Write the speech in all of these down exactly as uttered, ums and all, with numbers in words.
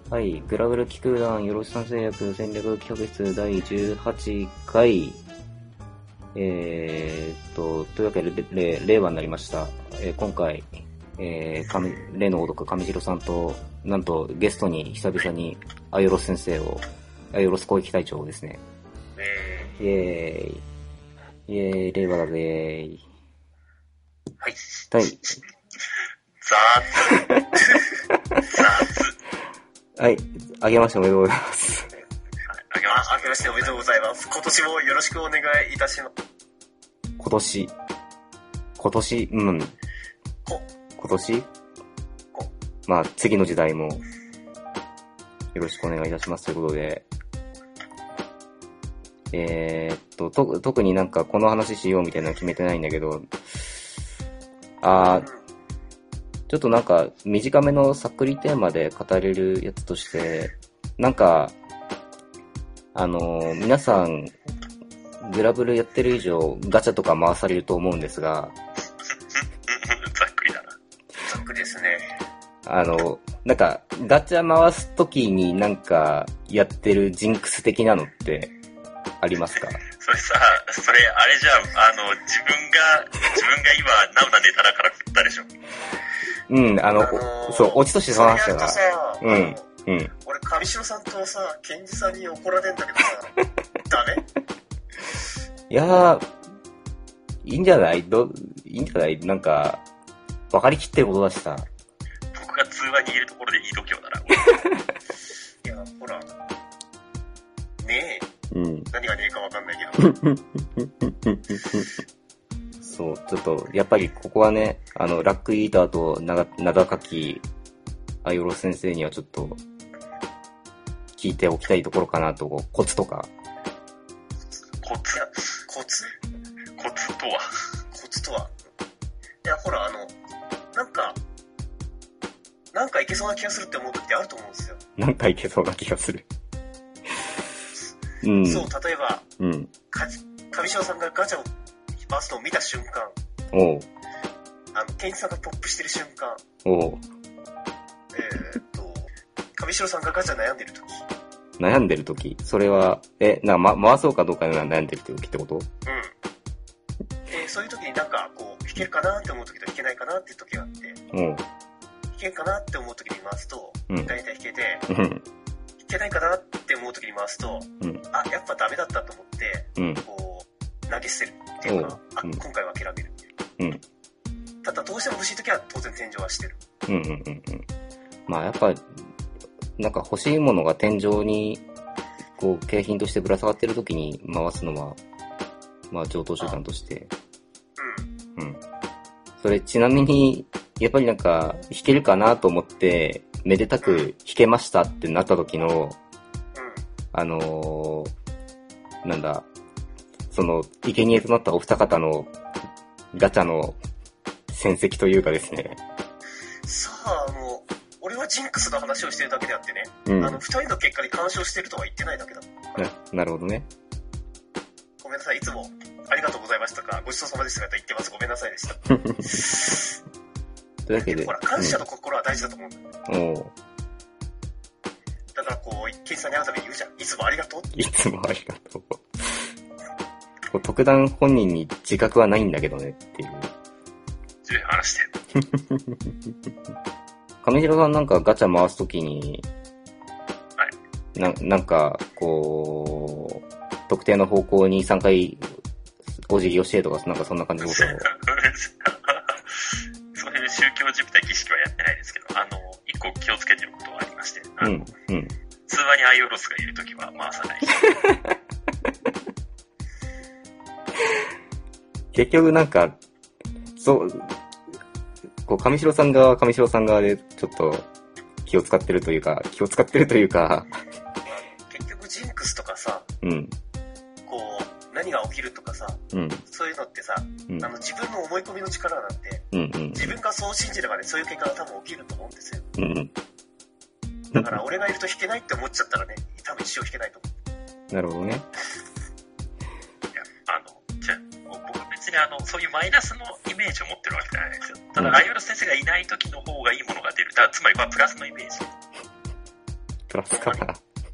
はい、グラブル気空団よろしさん製薬戦略企画室だいじゅうはちかい、えーっと、というわけで、令和になりました。えー、今回、えー、上例のごとく上白さんと、なんとゲストに久々にアイオロス先生を、アイオロス攻撃隊長をですね。イェーイ。イェーイ、令和だぜーい。 はい。 はい。 ザーツ。ザーツ。 はい。あげましておめでとうございます。 あげま、あげましておめでとうございます。今年もよろしくお願いいたします。 今年。今年、うん。 こ。 今年こ。 まあ、次の時代も、よろしくお願いいたしますということで。えー、っと、と、特になんかこの話しようみたいなの決めてないんだけど、あー、ちょっとなんか短めのさっくりテーマで語れるやつとして、なんか、あのー、皆さん、グラブルやってる以上ガチャとか回されると思うんですが、 ざっくりだな。ざっくりですね。 あの、なんかガチャ回すときになんかやってるジンクス的なのってありますか？ それさ、それあれじゃん、あの、自分が、自分が今、ナウなネタだから振ったでしょ。 うん、あの、あのー、そう、オチとしてその話だな。うん、うん。 俺、上白さんとさ、ケンジさんに怒られんだけどさ、ダメ？ いやー、いいんじゃないど、いいんじゃないなんか、分かりきってることだしさ。 僕が通話にいるところでいい度胸だな。いや、ほら、ねえ。 うん。 何がねえか分かんないけど。 そう、ちょっと、やっぱりここはね、あの、ラックイーターと名高きアイオロス先生にはちょっと、聞いておきたいところかなと、コツとか。 コツコツコツとはコツとはいや、ほら、あの、なんか、なんかいけそうな気がするって思う時ってあると思うんですよ。 なんかいけそうな気がする。うん。 そう、例えば、 うん。 か、上白さんがガチャを回すのを見た瞬間、 おう。 あの、ケンジさんがポップしてる瞬間、 おう。 えー、っと、上白さんがガチャ悩んでる時。 悩んでる時それは、え、なんか、ま、回そうかどうか悩んでる時ってこと？うん。 えー、そういう時になんか、こう、弾けるかなって思う時と弾けないかなっていう時があって、 うん。 弾けるかなって思う時に回すと、 うん、 大体弾けて、 うん。弾けないかなって思う時に回すと、うん、あ、やっぱダメだったと思って、うん、こう、投げ捨てるっていうか、あ、うん、今回は諦める。うん。ただどうしても欲しい時は当然天井はしてる。 うんうんうんうん。まあやっぱ、なんか欲しいものが天井に、こう、景品としてぶら下がってる時に回すのは、まあ上等手段として。うん。うん。それちなみに、やっぱりなんか、弾けるかなと思って、めでたく弾けましたってなった時の、うん、あのー、なんだ、その、生贄となったお二方のガチャの戦績というかですね。 さあ、あの、俺はジンクスの話をしてるだけであってね、うん、あの、二人の結果に干渉してるとは言ってないだけだ。 な、なるほどね。 ごめんなさい、いつもありがとうございましたか、ごちそうさまでしたかと言ってます。ごめんなさいでした。 というわけで、 ほら、感謝の心は大事だと思うんだよ。 うん、おだからこう、ケンジさんに会うたびに言うじゃん。いつもありがとうって。 いつもありがとう。こう特段本人に自覚はないんだけどねっていう。 自分話して。 上白さんなんかガチャ回すときに、 はい。 な、なんか、こう、特定の方向にさんかいお辞儀をしてとか、なんかそんな感じのことを。 そういう宗教じみた儀式はやってないですけど、あの、一個気をつけてることがありまして、あの、うん、うん。通話にアイオロスがいるときは回さない。 結局なんか、そう、こう、上白さん側は上白さん側でちょっと気を使ってるというか、気を使ってるというか。 結局ジンクスとかさ、 うん。 こう、何が起きるとかさ、うん、そういうのってさ、うん、あの自分の思い込みの力なんて、うんうん、自分がそう信じればね、そういう結果が多分起きると思うんですよ。うん、だから俺がいると弾けないって思っちゃったらね、多分一生弾けないと思う。なるほどね。いや、 あの、じゃあ、僕は別にあの、そういうマイナスのイメージを持ってるわけじゃないですよ。ただ、アイオロス先生がいない時の方がいいものが出る。だから、つまりこれはプラスのイメージ。 プラスかな。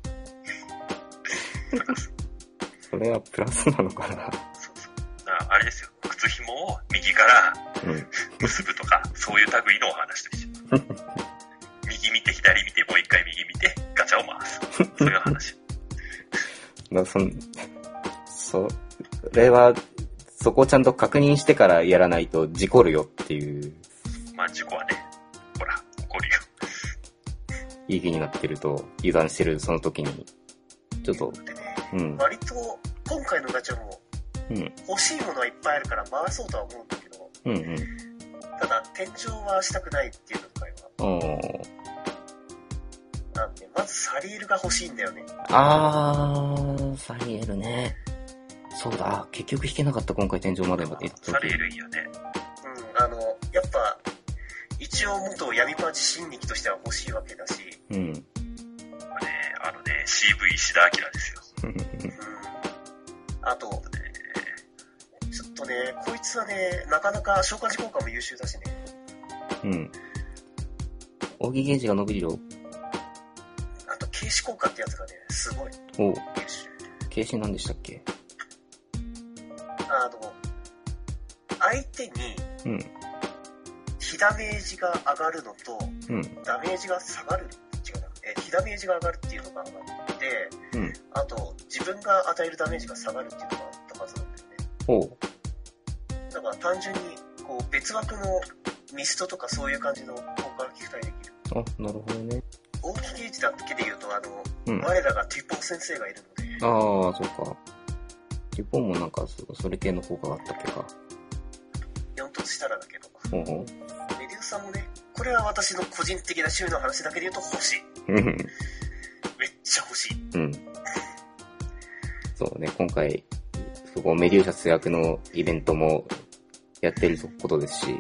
それはプラスなのかな。そうそう。 あ、あれですよ。靴紐を右から結ぶとか、うん、そういう類のお話でしょ。右見て左見てもう一回右見てガチャを回す。そういう話。 だそんそれはそこをちゃんと確認してからやらないと事故るよっていう。 まあ事故はね、ほら起こるよ。 いい気になってると油断してるその時にちょっと、 でね、うん、割と今回のガチャも、うん、欲しいものはいっぱいあるから回そうとは思うんだけど、うんうん、ただ天井はしたくないっていうのかいは。なんでまずサリエルが欲しいんだよね。 あー、サリエルね。そうだ、結局引けなかった今回天井までまで。 サリエルいいよね。うん、あのやっぱ一応元闇パンチ新日記としては欲しいわけだし。うん。まあね、あのね シーブイ 石田明ですよ。うん。あとね、ちょっとねこいつはねなかなか消化時効果も優秀だしね。 うん。扇ゲージが伸びるよ。 あと軽視効果ってやつがねすごい優秀。軽視なんでしたっけ？ あの相手に、うん、被ダメージが上がるのと、うん、ダメージが下がる違うな、え被ダメージが上がるっていうのが上がって、うん、あと自分が与えるダメージが下がるっていうのがあったはずなんだよね。 おう。 だから単純にこう別枠のミストとかそういう感じの効果が期待できる。 あ、なるほどね。 大きゲージだけで言うとあの、うん、我らがティポー先生がいるので。 ああ、そうか。ティポーもなんかそれ系の効果があったっけか。 よん突したらだけど。ほうほう。メデューサもね、これは私の個人的な趣味の話だけで言うと欲しい。めっちゃ欲しい。うん。 そうね、今回、そこメデューサ通訳のイベントもやってることですし、うん、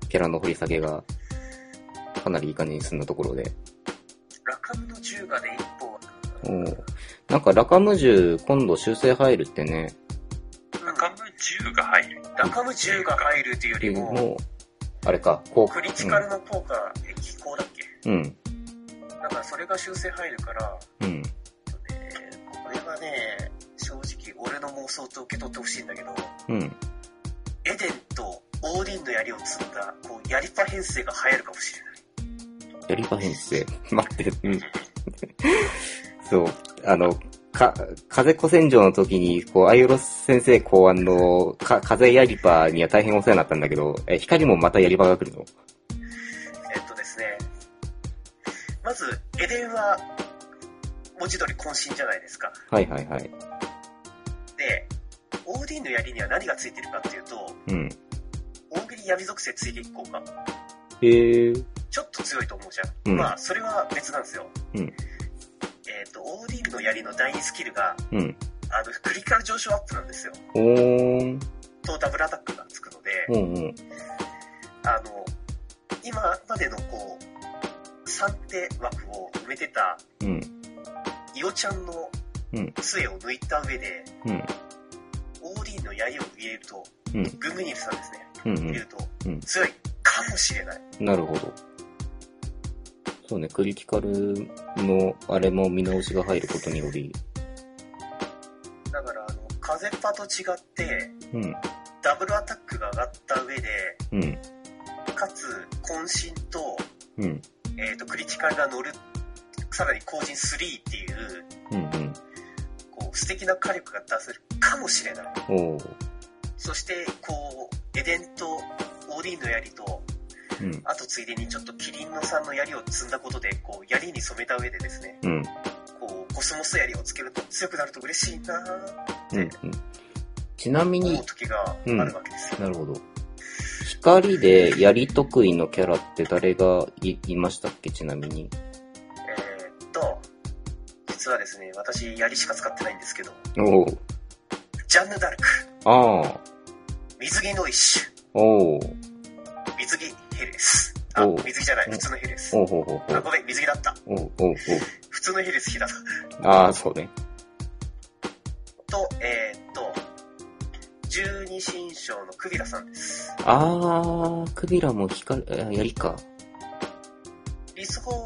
キャラの掘り下げがかなりいい感じに進んだところで。 ラカムの銃がね、一歩。 おなんかラカム銃今度修正入るってね。 ラカム銃が入るラカム銃が入るっていうよりも、もあれか、 こうクリティカルの効果、うん、気候だっけ？ うん。 だからそれが修正入るから、うん。ね、これはね、正直俺の妄想と受け取ってほしいんだけど、うん。エデンとオーディンの槍を積んだ、こう、槍パ編成が流行るかもしれない。 槍パ編成待って、うん。そう、あの、か、風子戦場の時に、こう、アイオロス先生考案の、か、風やりパには大変お世話になったんだけど、え、光もまたやりパが来るの？ えっとですね、まず、エデンは、文字通り渾身じゃないですか。 はいはいはい。 で、オーディンの槍には何がついてるかっていうと、うん。大喜利闇属性追撃効果。 へー。 ちょっと強いと思うじゃん。うん、まあ、それは別なんですよ。うん。えっと、オーディールの槍の第二スキルが、うん、あの、クリティカル上昇アップなんですよ。 おー。 と、ダブルアタックがつくので、 うんうん、 あの、今までのこう、さん手枠を埋めてた、うん、イオちゃんの杖を抜いた上で、うん、オーディールの槍を入れると、うん、グムニルさんですね。うんうん、入れると、うん、強いかもしれない。 なるほど。そうね、クリティカルのあれも見直しが入ることにより。 だから、あの、風パと違って、うん、ダブルアタックが上がった上で、うん、かつ、渾身と、うん、えっと、クリティカルが乗る、さらに後陣スリーっていう、うんうん、こう、素敵な火力が出せるかもしれない。 おそして、こう、エデンとオーディンの槍と、うん、あとついでにちょっとキリンのさんの槍を積んだことでこう槍に染めた上でですね、うん、こうコスモス槍をつけると強くなると嬉しいなーって、うんうん、 ちなみに思う時があるわけですよ、 うん、なるほど。光で槍得意のキャラって誰が い, いましたっけ？ちなみにえー、っと実はですね、私槍しか使ってないんですけど、 おジャンヌ・ダルク、 ああ、 水着ノイッシュ、お水着ヘレス。あ、水着じゃない、普通のヘレス。 おうほうほうほう。 あ、ごめん、水着だった。 おうおうおう。 普通のヘレス火だ。 ああ、そうね。 と、えー、っと、十二神将のクビラさんです。 ああ、クビラも光、やりか。 理想はク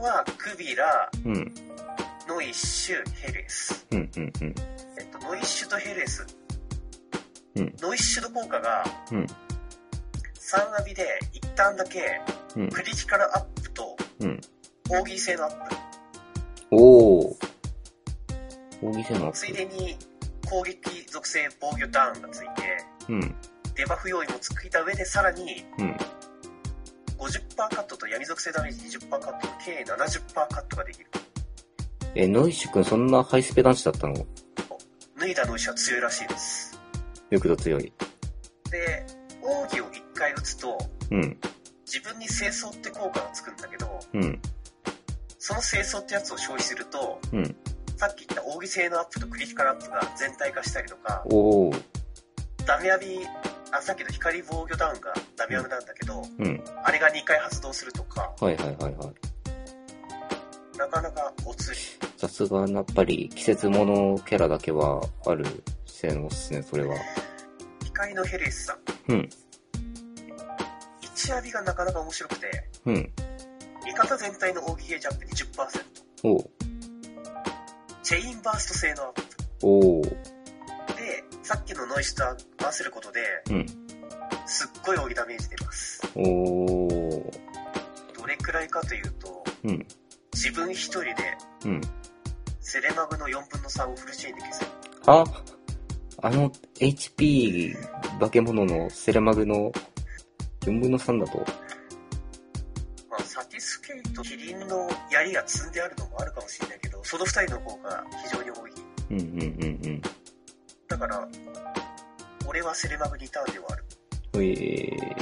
クビラ、 うん、 ノイッシュ、ヘレス。 うんうんうん。 えっと、ノイッシュとヘレス。 うん、 ノイッシュの効果が、 うん、 さんアビで一旦だけ、クリティカルアップと、 うん、 奥義性のアップ。 おー。奥義性のアップ。 ついでに、攻撃属性防御ダウンがついて、 うん、 デバフ要因もついた上で、さらに、 うん、 ごじゅっパーセント カットと闇属性ダメージ にじゅっパーセント カット、計 ななじゅっパーセント カットができる。 え、ノイッシュ君そんなハイスペ男子だったの？ 脱いだノイッシュは強いらしいです。 よくと強い。 で、奥義をいっかい打つと、 うん、 自分に清掃って効果がつくんだけど、 うん、 その清掃ってやつを消費すると、 うん、 さっき言った奥義性のアップとクリティカルアップが全体化したりとか、 おー。 ダメ浴び、あ、さっきの光防御ダウンがダメ浴びなんだけど、 うん、 あれがにかい発動するとか、 はいはいはいはい。 なかなかおつり。 さすがやっぱり季節ものキャラだけはある性能っすね、それは。 光のヘレスさん。うん。 いち浴びがなかなか面白くて、 うん。 味方全体の奥義ジャンプ にじゅっパーセント。 おう。 チェインバースト性のアップ。 おう。 で、さっきのノイズと合わせることで、 うん。 すっごい奥義ダメージ出ます。 おー。 どれくらいかというと、 うん。 自分一人で、 うん。 セレマグのよんぶんのさんをフルチェーンで消せる。 あ、あの エイチピー 化け物のセレマグのよんぶんのさんだと。 まあ、サティスケイとキリンの槍が積んであるのもあるかもしれないけど、その二人の方が非常に多い。 うんうんうんうん。 だから、俺はセレマグにターンではある。 えー。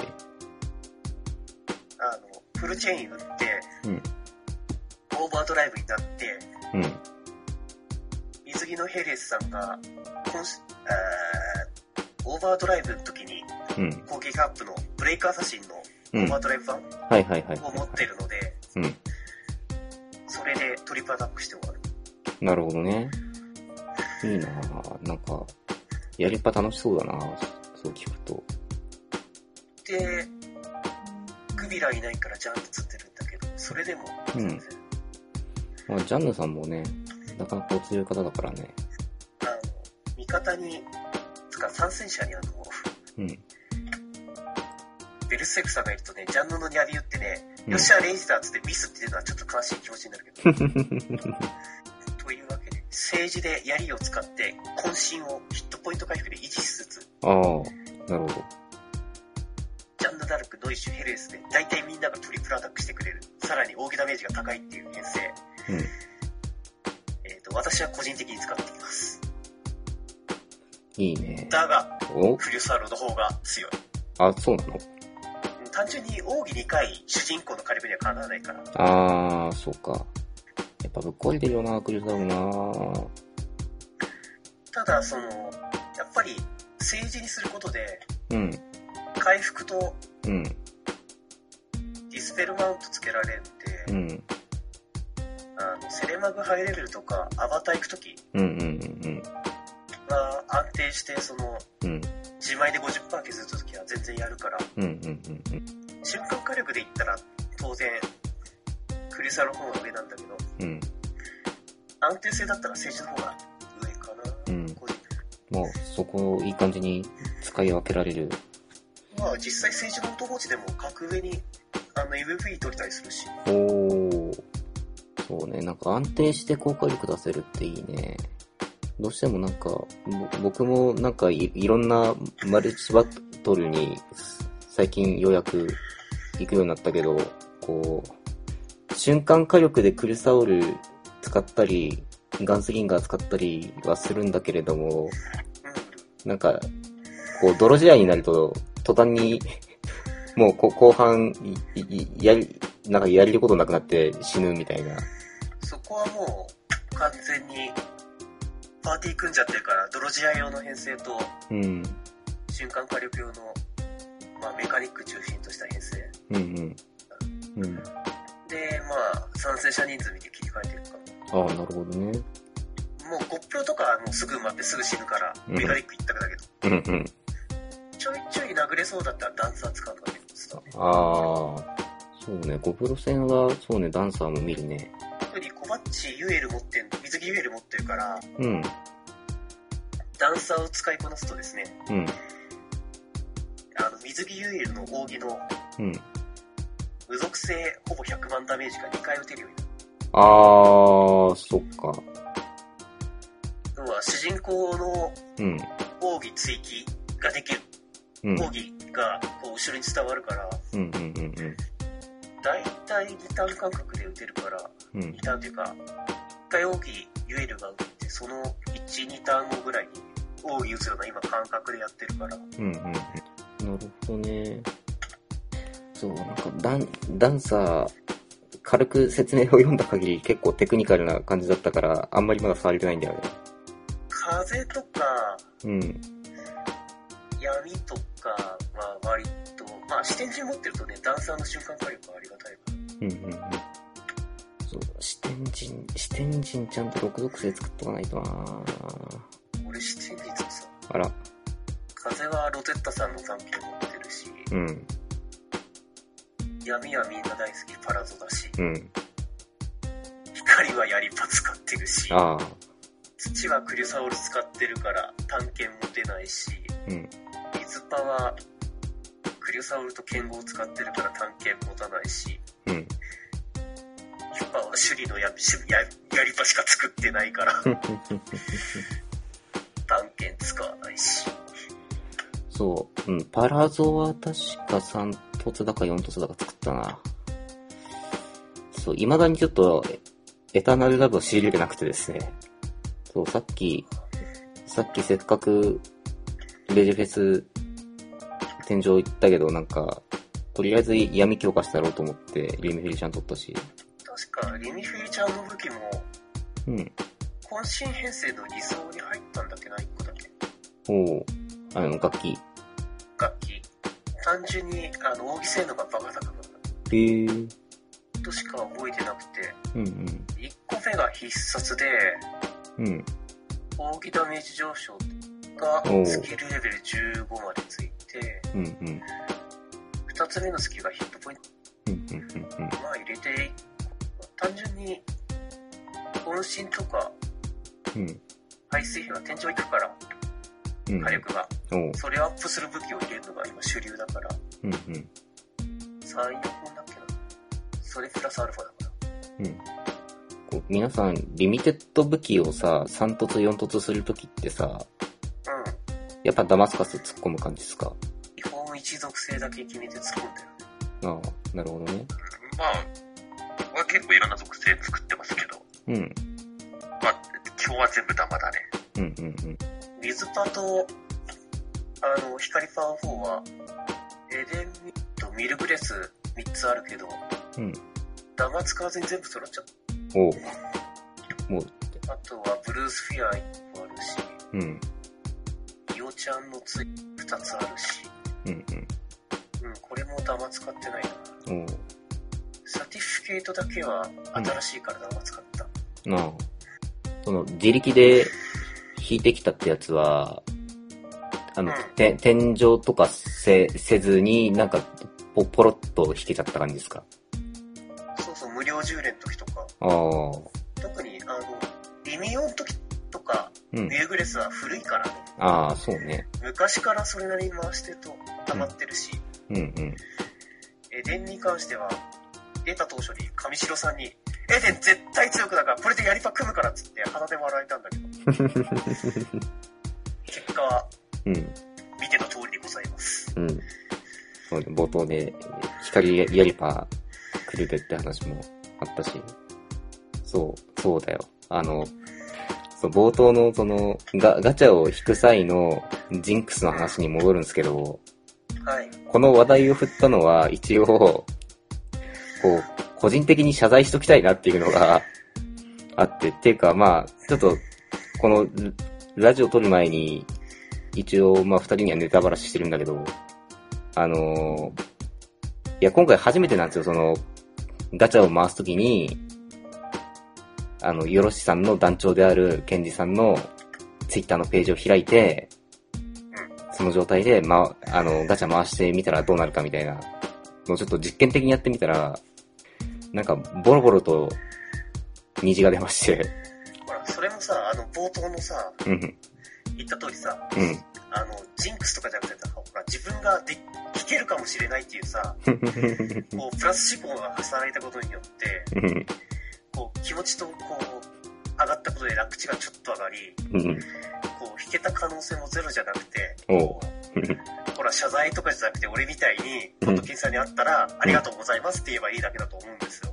あの、フルチェーン打って、 うん。 オーバードライブになって、 うん。 水着のヘレスさんが、今しオーバードライブの時に、攻撃アップのブレイクアサシンのオーバードライブ版を持ってるので、 うん。 それでトリプルアタックして終わる。 なるほどね。いいなぁ。なんか、やりっぱ楽しそうだなぁ。そう聞くと。 で、クビラいないからジャンプ釣ってるんだけど、それでも全然。うんまあ、ジャンヌさんもね、なかなかお強い方だからね。 あの、味方に、つか参戦者にあの、 うん。 ベルセクサがいるとね、ジャンヌのニャビ打ってね、うん、よっしゃ、レイジだっつってミスっていうのはちょっと悲しい気持ちになるけど。というわけで、政治で槍を使って、渾身をヒットポイント回復で維持しつつ。 ああ、なるほど。 ジャンヌ・ダルク、ノイッシュ、ヘレスで、大体みんながトリプルアタックしてくれる。さらに奥義ダメージが高いっていう編成。 うん、 えっと、私は個人的に使っています。 いいね。 だが、フリュサールの方が強い。 あ、そうなの？ 単純に奥義にかい主人公のカリブにはかなわないから。 あー、そうか。やっぱぶっ壊れてるよな、クリュサールな。 ただ、その、やっぱり、政治にすることで、 うん。 回復と、 うん。 ディスペルマウントつけられるんで、 うん。 あの、セレマグハイレベルとか、アバター行くとき、 うんうんうんうん。 が安定して、その、 うん。 自前で ごじゅっパーセント 削ったときは全然やるから、 うんうんうんうん。 瞬間火力で言ったら、当然、クリサルの方が上なんだけど、 うん。 安定性だったら政治の方が上かな。 うん。もう、そこをいい感じに使い分けられる。 まあ、実際政治の音持ちでも格上に、あの、エムブイ取りたりするし。 おー。そうね、なんか安定して効果力出せるっていいね。どうしてもなんか、僕もなんか い, いろんなマルチバトルに最近ようやく行くようになったけど、こう、瞬間火力でクルサオル使ったり、ガンスリンガー使ったりはするんだけれども、なんか、こう、泥試合になると、途端に、もう後半、やり、なんかやれることなくなって死ぬみたいな。 そこはもう、完全に、パーティー組んじゃってるから、泥試合用の編成と、 うん、 瞬間火力用の、まあ、メカニック中心とした編成。 うんうんうん、 で、まあ、参戦者人数見て切り替えてるから。 ああ、なるほどね。 もう、ゴップロとかはもうすぐ埋まってすぐ死ぬから、うん、メカニック一択だけど。うんうん、 ちょいちょい殴れそうだったらダンサー使うのが結構ですね。 ああ、そうね、ゴプロ戦は、そうね、ダンサーも見るね。 し、ユエル持ってん、水着ユエル持ってるから、 うん。 ダンサーを使いこなすとですね、 うん。 あの、水着ユエルの扇の、 うん。 無属性ほぼひゃくまんダメージがにかい打てるようになる。 あー、そっか。 要は、主人公の、 うん。 奥義追記ができる。うん。奥義が、こう、後ろに伝わるから、 うんうんうんうん。 だいたいにターン間隔で打てるから、うん、にターンというか、いっかい奥義ユエルが打って、そのいち、にターン後ぐらいに奥義打つような今感覚でやってるから。うんうんうん。なるほどね。そう、なんかダン、ダンサー、軽く説明を読んだ限り結構テクニカルな感じだったから、あんまりまだ触れてないんだよね。 風とか、 うん。 闇とかは割と、まあ視点銃持ってるとね、ダンサーの瞬間火力はありがたいから。 うんうんうん。そう、視点陣、視点陣ちゃんとろく属性作っとかないとな。 俺視点陣さ、 あら。 風はロゼッタさんの残機を持ってるし、 うん。 闇はみんな大好きパラゾだし、 うん。 光は槍パ使ってるし、 ああ。 土はクリュサオル使ってるから探検持てないし、 うん。 水パはクリュサオルと剣豪を使ってるから探検持たないし、 うん。 ヒュパは首里のやや槍パしか作ってないから探検使わないし。 そう、うん、パラゾは確かさん凸だかよん凸だか作ったな。そう、未だにちょっとエターナルラブを仕入れてなくてですね。そう、さっき、さっきせっかくレジフェス天井行ったけど、なんか、とりあえず闇強化してやろうと思ってリミフィリちゃん取ったし。 確かリミフィリちゃんの武器も、 うん。 渾身編成の理想に入ったんだっけな、いっこだけ。 おお、あの、楽器。 楽器。単純に、あの、奥義性能がバカ高くなる。 へー。 としか覚えてなくて。 うんうん。 いっこめが必殺で、 うん。 奥義ダメージ上昇がスキルレベルじゅうごまでついて、 うんうん。 ふたつめのスキルがヒットポイント。 うんうんうんうん。 まあ入れて、単純に、渾身とか、 うん。 排水兵が天井行くから、 うん、 火力が。 おそれをアップする武器を入れるのが今主流だから。 うんうん。 さん、よんほんだっけな。それプラスアルファだから。 うん。こう皆さん、リミテッド武器をさ、さん凸よん凸するときってさ、 うん。 やっぱダマスカス突っ込む感じですか？ 基本一属性だけ決めて突っ込んでるね。 ああ、なるほどね。 まあ、僕は結構いろんな属性作ってますけど。 うん。 まあ、基本は全部ダマだね。 うんうんうん。 水パと、あの、光パワーフォーは、エデンミとミルブレスみっつあるけど、 うん。 ダマ使わずに全部揃っちゃった。 おう。もう。 あとはブルースフィアいっこあるし、 うん。 イオちゃんのついふたつあるし、 うんうん。 うん、これもダマ使ってないな。 おう。 サティフィケートだけは新しいからダマ使った。 うん、ああ。その、自力で引いてきたってやつは、あの、うん、て天井とかせせずに、なんかポ、ポロッと引けちゃった感じですか？ そうそう、無料充連の時とか。 ああ。 特に、あの、リミオンの時とか、うん、ミルグレスは古いからね。 ああ、そうね。 昔からそれなりに回してると溜まってるし。 うん、うん、うん。 エデンに関しては、出た当初に上白さんに、エデン絶対強くだから、これでやりパ組むからっつって鼻で笑えたんだけど。結果は、うん。見ての通りでございます。 うん。そうね、冒頭で、光やりパくれてって話もあったし。そう、そうだよ。あの、そう冒頭のそのガ、ガチャを引く際のジンクスの話に戻るんですけど、 はい。 この話題を振ったのは一応、こう、個人的に謝罪しときたいなっていうのがあって、っていうかまあ、ちょっと、このラジオ撮る前に、一応まあ二人にはネタバラシしてるんだけど、あのー、いや今回初めてなんですよ、その、ガチャを回すときに、あの、よろしさんの団長であるケンジさんのツイッターのページを開いて、その状態で、ま、あの、ガチャ回してみたらどうなるかみたいなのをちょっと実験的にやってみたら、なんか、ボロボロと虹が出まして。 ほら、それもさ、あの、冒頭のさ、うん、言った通りさ、うん、あの、ジンクスとかじゃなくてさ、ほら、自分がで聞けるかもしれないっていうさ、こう、プラス思考が働いたことによって、こう、気持ちと、こう、上がったことで楽値がちょっと上がり、こう、弾けた可能性もゼロじゃなくて、こうほら、謝罪とかじゃなくて、俺みたいに、ポッドキンさんに会ったら、ありがとうございますって言えばいいだけだと思うんですよ。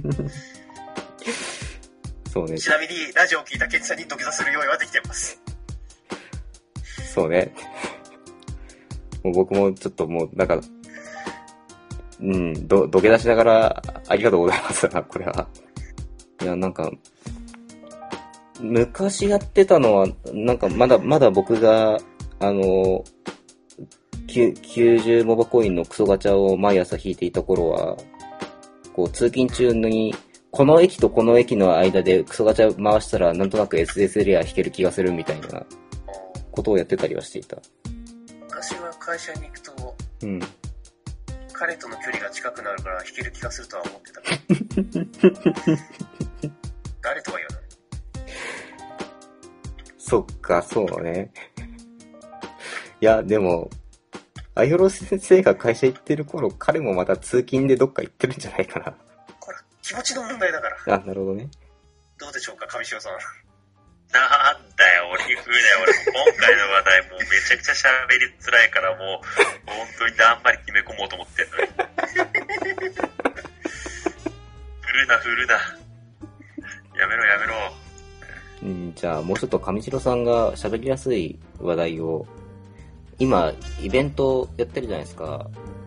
そうね。 ちなみに、ラジオを聞いたケンチさんに土下座する用意はできてます。 そうね。もう僕もちょっともう、なんか、うん、ど、土下座しながら、ありがとうございますな、これは。いや、なんか、昔やってたのは、なんかまだ、まだ僕が、あの、きゅうじゅうモバコインのクソガチャを毎朝引いていた頃は、こう、通勤中に、この駅とこの駅の間でクソガチャ回したらなんとなく エスエスエル や弾ける気がするみたいなことをやってたりはしていた。 昔は会社に行くと、うん、彼との距離が近くなるから弾ける気がするとは思ってた誰とは言わない。 そっか、そうね。いや、でも、アイホロ先生が会社行ってる頃、彼もまた通勤でどっか行ってるんじゃないかな。 これ、気持ちの問題だから。 あ、なるほどね。 どうでしょうか、上塩さん。なんだよ、俺に風だよ。俺、今回の話題もうめちゃくちゃ喋りづらいから、もう、本当にだんまり決め込もうと思ってんのに。振るな、振るな。やめろ、やめろ。 うん、じゃあ、もうちょっと上白さんが喋りやすい話題を、今、イベントやってるじゃないですか。